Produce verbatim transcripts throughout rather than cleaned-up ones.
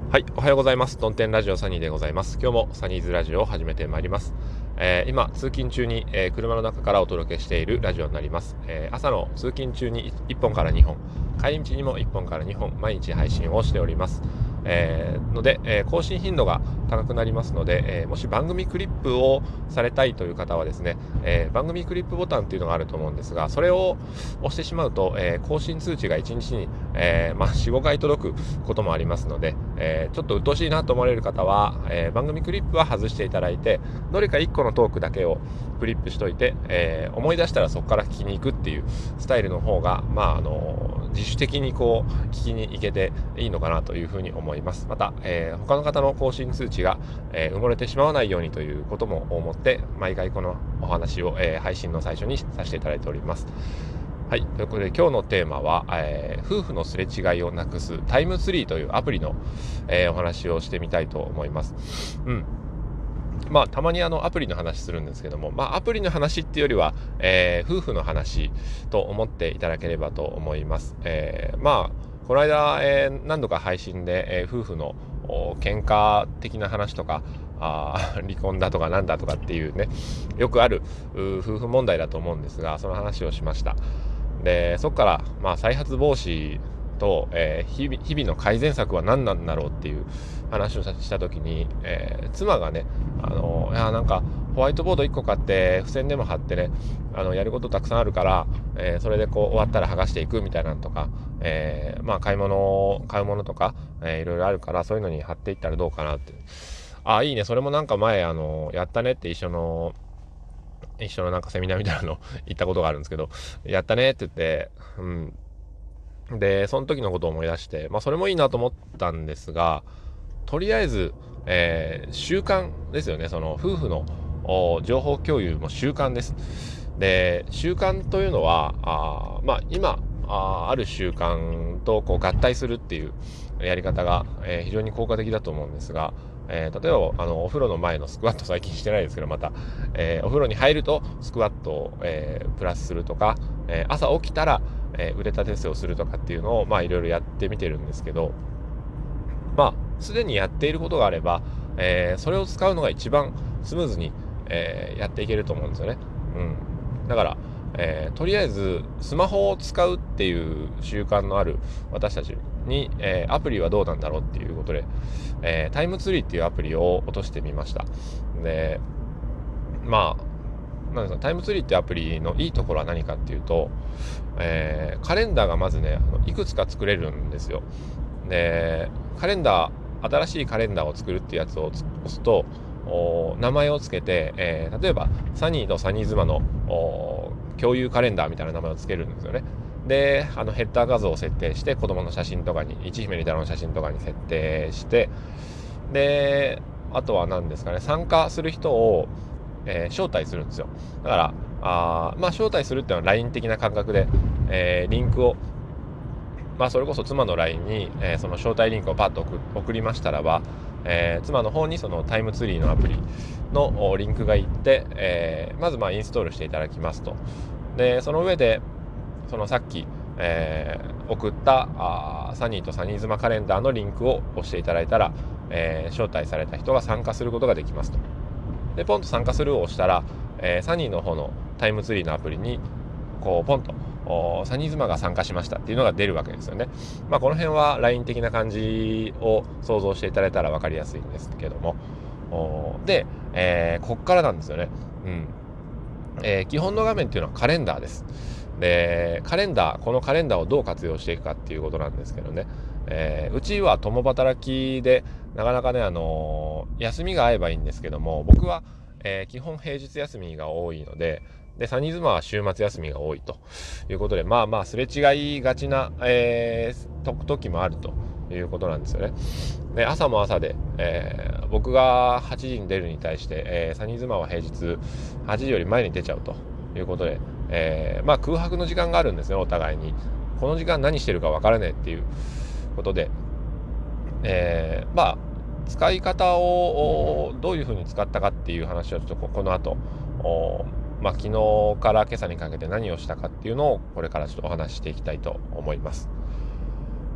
はい、おはようございます。トンテンラジオサニーでございます。今日もサニーズラジオを始めてまいります。えー今、通勤中に、えー車の中からお届けしているラジオになります。えー朝の通勤中にいっぽんからにほん、帰り道にもいっぽんからにほん、毎日配信をしております。えーので、えー更新頻度が高くなりますので、えーもし番組クリップをされたいという方はですね、えー番組クリップボタンっていうのがあると思うんですが、それを押してしまうと、えー更新通知がいちにちに、えーまあ、よん、ごかい届くこともありますので、えーちょっと鬱陶しいなと思われる方は、えー番組クリップは外していただいて、どれかいっこのトークだけをクリップしといて、えー思い出したらそこから聞きに行くっていうスタイルの方が、まあ、あの自主的にこう聞きに行けていいのかなというふうに思います。また、えー他の方の更新通知が、えー埋もれてしまわないようにということも思って、毎回このお話を、えー配信の最初にさせていただいております。はい。ということで今日のテーマは、えー夫婦のすれ違いをなくすタイムツリーというアプリの、えーお話をしてみたいと思います。うん。まあ、たまにあのアプリの話するんですけども、まあ、アプリの話っていうよりは、えー夫婦の話と思っていただければと思います。えーまあ、この間、えー何度か配信で、えー夫婦のお喧嘩的な話とか、あー離婚だとかなんだとかっていうね、よくあるう夫婦問題だと思うんですが、その話をしました。で、そこから、まあ、再発防止と、えー日々、日々の改善策は何なんだろうっていう話をしたときに、えー妻がね、あの、いや、なんか、ホワイトボードいっこ買って、付箋でも貼ってね、あの、やることたくさんあるから、えーそれでこう、終わったら剥がしていくみたいなのとか、えーまあ、買い物、買うものとか、えーいろいろあるから、そういうのに貼っていったらどうかなって。あ、いいね、それもなんか前、あの、やったねって一緒の、一緒のなんかセミナーみたいなの行ったことがあるんですけど、やったねって言って、うん。で、その時のことを思い出して、まあそれもいいなと思ったんですが、とりあえず、えー習慣ですよね。その夫婦の情報共有も習慣です。で、習慣というのは、あまあ今あ、ある習慣とこう合体するっていうやり方が、えー非常に効果的だと思うんですが、えー例えばあのお風呂の前のスクワット最近してないですけど、また、えーお風呂に入るとスクワットを、えープラスするとか、えー朝起きたら、えー腕立て伏せをするとかっていうのをまあいろいろやってみてるんですけど、まあすでにやっていることがあれば、えーそれを使うのが一番スムーズに、えーやっていけると思うんですよね。うん。だから、えーとりあえずスマホを使うっていう習慣のある私たちに、えーアプリはどうなんだろうっていうことで、えータイムツリーっていうアプリを落としてみました。で、まあ、なんですか、タイムツリーってアプリのいいところは何かっていうと、えーカレンダーがまずね、あのいくつか作れるんですよ。で、カレンダー、新しいカレンダーを作るっていうやつを押すと、お名前をつけて、えー例えば、サニーとサニー妻のお共有カレンダーみたいな名前をつけるんですよね。で、あのヘッダー画像を設定して、子供の写真とかに、一姫二太郎の写真とかに設定して、で、あとは何ですかね、参加する人を、えー招待するんですよ。だから、あまあ、招待するっていうのは ライン 的な感覚で、えーリンクを、まあ、それこそ妻の ライン に、えーその招待リンクをパッと送送りましたらば、えー妻の方にそのタイムツリーのアプリのリンクがいって、えーまずまあインストールしていただきますと。で、その上で、そのさっき、えー送ったあサニーとサニーズマカレンダーのリンクを押していただいたら、えー招待された人が参加することができますと。で、ポンと参加するを押したら、えーサニーの方のタイムツリーのアプリに、こう、ポンと、サニーズマが参加しましたっていうのが出るわけですよね。まあ、この辺は ライン 的な感じを想像していただいたら分かりやすいんですけども。で、えーこっからなんですよね。うん。えー基本の画面っていうのはカレンダーです。で、カレンダー、このカレンダーをどう活用していくかっていうことなんですけどね。えーうちは共働きで、なかなかね、あのー休みが合えばいいんですけども、僕は、えー基本平日休みが多いので、で、サニーズマは週末休みが多いということで、まあまあ、すれ違いがちな、えー、と時もあるということなんですよね。で、朝も朝で、えー僕がはちじに出るに対して、えーサニーズマは平日はちじより前に出ちゃうということで、えーまあ空白の時間があるんですね、お互いに。この時間何してるか分からねえっていうことで、えーまあ使い方をどういうふうに使ったかっていう話をちょっとこの後、まあ、昨日から今朝にかけて何をしたかっていうのをこれからちょっとお話ししていきたいと思います。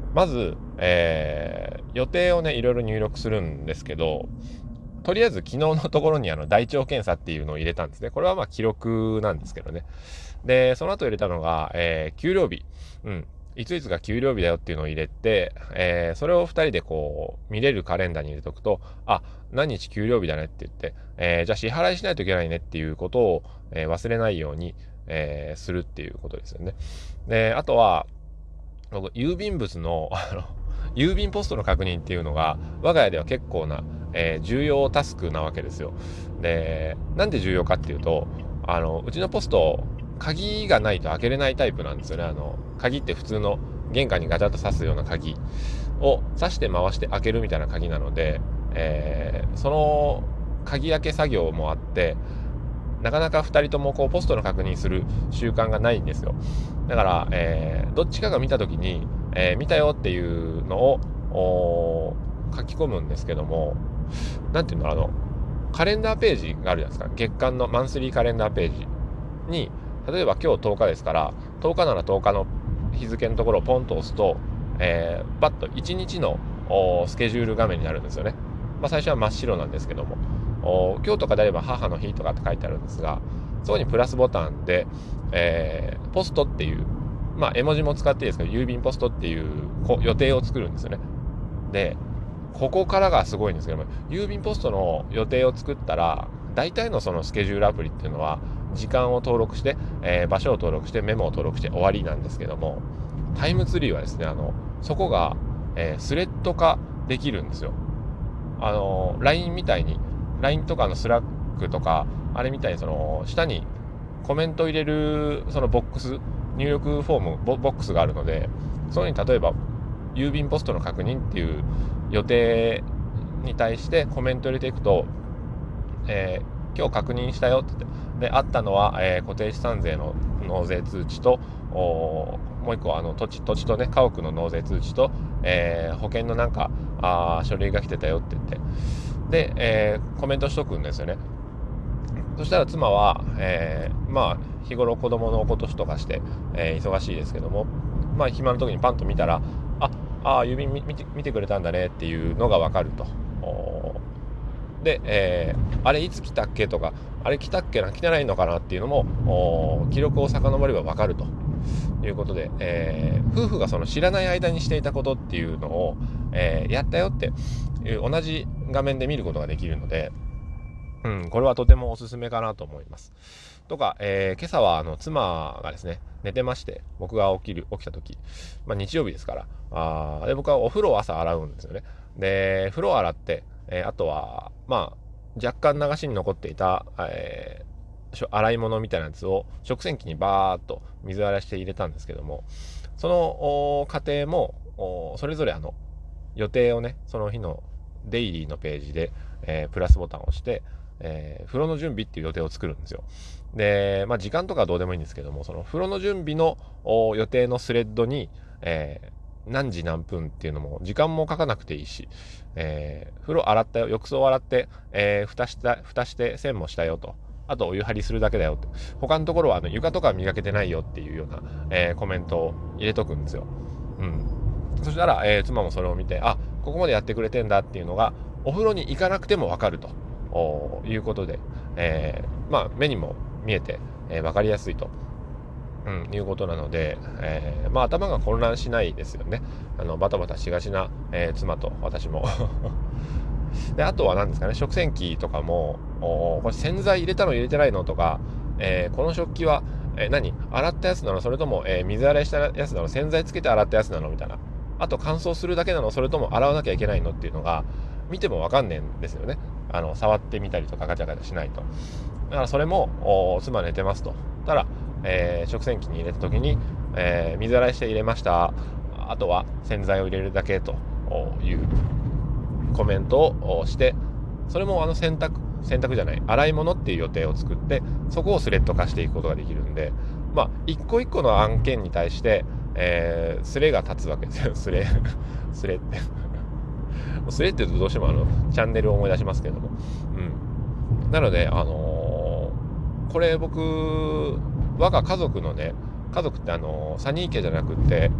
まず、えー、予定をねいろいろ入力するんですけど、とりあえず昨日のところにあの大腸検査っていうのを入れたんですね。これはまあ記録なんですけどね。でその後入れたのが、えー、給料日、うん、いついつが給料日だよっていうのを入れて、えー、それをふたりでこう見れるカレンダーに入れとくと、あ、何日給料日だねって言って、えー、じゃあ支払いしないといけないねっていうことを、えー、忘れないように、えー、するっていうことですよね。であとは僕郵便物のあの郵便ポストの確認っていうのが我が家では結構な、えー重要タスクなわけですよ。でなんで重要かっていうと、あのうちのポスト鍵がないと開けれないタイプなんですよね。あの鍵って普通の玄関にガチャッと刺すような鍵を刺して回して開けるみたいな鍵なので、えーその鍵開け作業もあって、なかなかふたりともこうポストの確認する習慣がないんですよ。だから、えーどっちかが見た時に、えー見たよっていうのをおー書き込むんですけども、なんていうの、あのカレンダーページがあるじゃないですか。月間のマンスリーカレンダーページに、例えば今日とおかですから、とおかならとおかの日付のところをポンと押すと、えー、バッといちにちのおスケジュール画面になるんですよね。まあ、最初は真っ白なんですけども、お今日とかであれば母の日とかって書いてあるんですが、そこにプラスボタンで、えーポストっていう、まあ絵文字も使っていいですけど、郵便ポストっていうこ予定を作るんですよね。でここからがすごいんですけども、郵便ポストの予定を作ったら、大体のそのスケジュールアプリっていうのは時間を登録して、えー場所を登録してメモを登録して終わりなんですけども、タイムツリーはですね、あのそこが、えースレッド化できるんですよ。あの ライン みたいに ライン とかのスラックとかあれみたいに、その下にコメント入れるそのボックス、入力フォームボボックスがあるので、そこに例えば郵便ポストの確認っていう予定に対してコメント入れていくと、えー今日確認したよって言って、であったのは、えー固定資産税の納税通知と、おもう一個あの土地土地とね家屋の納税通知と、えー保険のなんかあ書類が来てたよって言って、で、えーコメントしとくんですよね。そしたら妻は、えーまあ日頃子供のこととかして、えー忙しいですけども、まあ暇の時にパンと見たら、ああ郵便見て見てくれたんだねっていうのが分かると。で、えーあれいつ来たっけとか、あれ来たっけな来てないのかなっていうのも記録を遡れば分かるということで、えー夫婦がその知らない間にしていたことっていうのを、えーやったよっていう同じ画面で見ることができるので、うん、これはとてもおすすめかなと思います。とか、えー今朝はあの妻がですね寝てまして、僕が起きる起きた時、まあ、日曜日ですから、あで僕はお風呂を朝洗うんですよね。で風呂を洗って、えーあとはまあ若干流しに残っていた、えー洗い物みたいなやつを食洗機にバーっと水洗いして入れたんですけども、その過程もそれぞれあの予定をね、その日のデイリーのページで、えープラスボタンを押して、えー風呂の準備っていう予定を作るんですよ。で、まあ時間とかはどうでもいいんですけども、その風呂の準備の予定のスレッドに、えー何時何分っていうのも時間も書かなくていいし、えー風呂洗ったよ、浴槽洗って、えー蓋した蓋して洗もしたよと、あとお湯張りするだけだよって、他のところはあの床とか磨けてないよっていうような、えーコメントを入れとくんですよ。うん。そしたら、えー妻もそれを見て、あ、ここまでやってくれてんだっていうのがお風呂に行かなくても分かるということで、えーまあ目にも見えて、えー分かりやすいと、うん、いうことなので、えーまあ頭が混乱しないですよね。あのバタバタしがちな、えー妻と私もで、あとは何ですかね、食洗機とかも、おこれ洗剤入れたの入れてないのとか、えーこの食器は、えー何洗ったやつなの、それとも、えー水洗いしたやつなの、洗剤つけて洗ったやつなのみたいな、あと乾燥するだけなの、それとも洗わなきゃいけないのっていうのが見ても分かんねえんですよね。あの触ってみたりとかガチャガチャしないと。だからそれもお妻寝てますと。たら、えー食洗機に入れた時に、えー水洗いして入れました。あとは洗剤を入れるだけというコメントをして、それもあの洗濯洗濯じゃない洗い物っていう予定を作って、そこをスレッド化していくことができるんで、まあ一個一個の案件に対して、えー、スレが立つわけですよ。スレスレってスレって言うとどうしてもあのチャンネルを思い出しますけども、うん、なのであのー、これ僕我が家族のね、家族ってあのー、サニー家じゃなくって、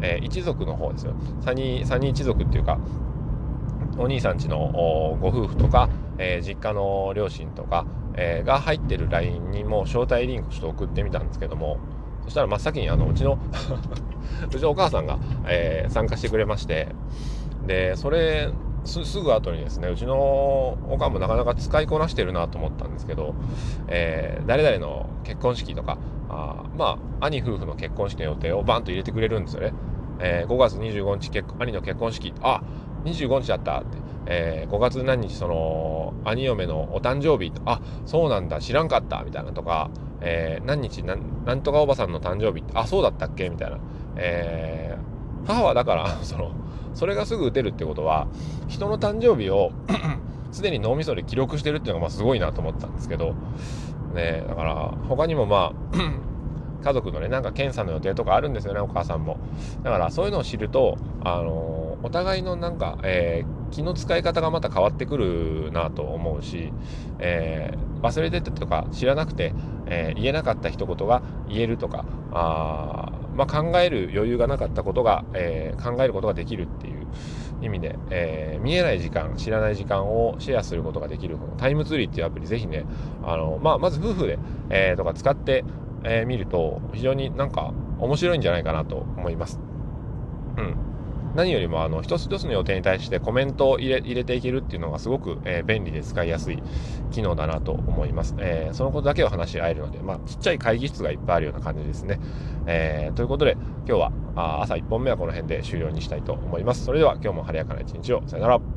えー、一族の方ですよ。サニー、サニー一族っていうか、お兄さん家のご夫婦とか、えー、実家の両親とか、えー、が入ってる ライン にも招待リンクちょっと送ってみたんですけども、そしたら真っ先にあのうちのうちのお母さんが、えー、参加してくれまして、でそれ す, すぐ後にですね、うちのおかんもなかなか使いこなしてるなと思ったんですけど、えー、誰々の結婚式とか、あまあ兄夫婦の結婚式の予定をバンと入れてくれるんですよね。えー、ごがつにじゅうごにち結兄の結婚式、あにじゅうごにちだったって、えー、ごがつ何日その兄嫁のお誕生日、あそうなんだ知らんかったみたいなとか、えー、何日な ん, なんとかおばさんの誕生日、あそうだったっけみたいな、えー、母はだからそのそれがすぐ打てるってことは、人の誕生日をすでに脳みそで記録してるっていうのがまあすごいなと思ったんですけどね。だから他にもまあ家族のねなんか検査の予定とかあるんですよね、お母さんも。だからそういうのを知ると、あのー、お互いのなんか、えー、気の使い方がまた変わってくるなと思うし、えー、忘れてたとか知らなくて、えー、言えなかった一言が言えるとか、あまあ、考える余裕がなかったことが、えー、考えることができるっていう意味で、えー、見えない時間、知らない時間をシェアすることができるこのタイムツリーっていうアプリ、ぜひね、あのまあ、まず夫婦で、えー、とか使ってえー、見ると非常になんか面白いんじゃないかなと思います。うん。何よりもあの一つ一つの予定に対してコメントを入れ入れていけるっていうのがすごく、えー、便利で使いやすい機能だなと思います。えー、そのことだけを話し合えるので、まあちっちゃい会議室がいっぱいあるような感じですね。えー、ということで今日はあ朝いっぽんめはこの辺で終了にしたいと思います。それでは今日も晴れやかな一日を。さよなら。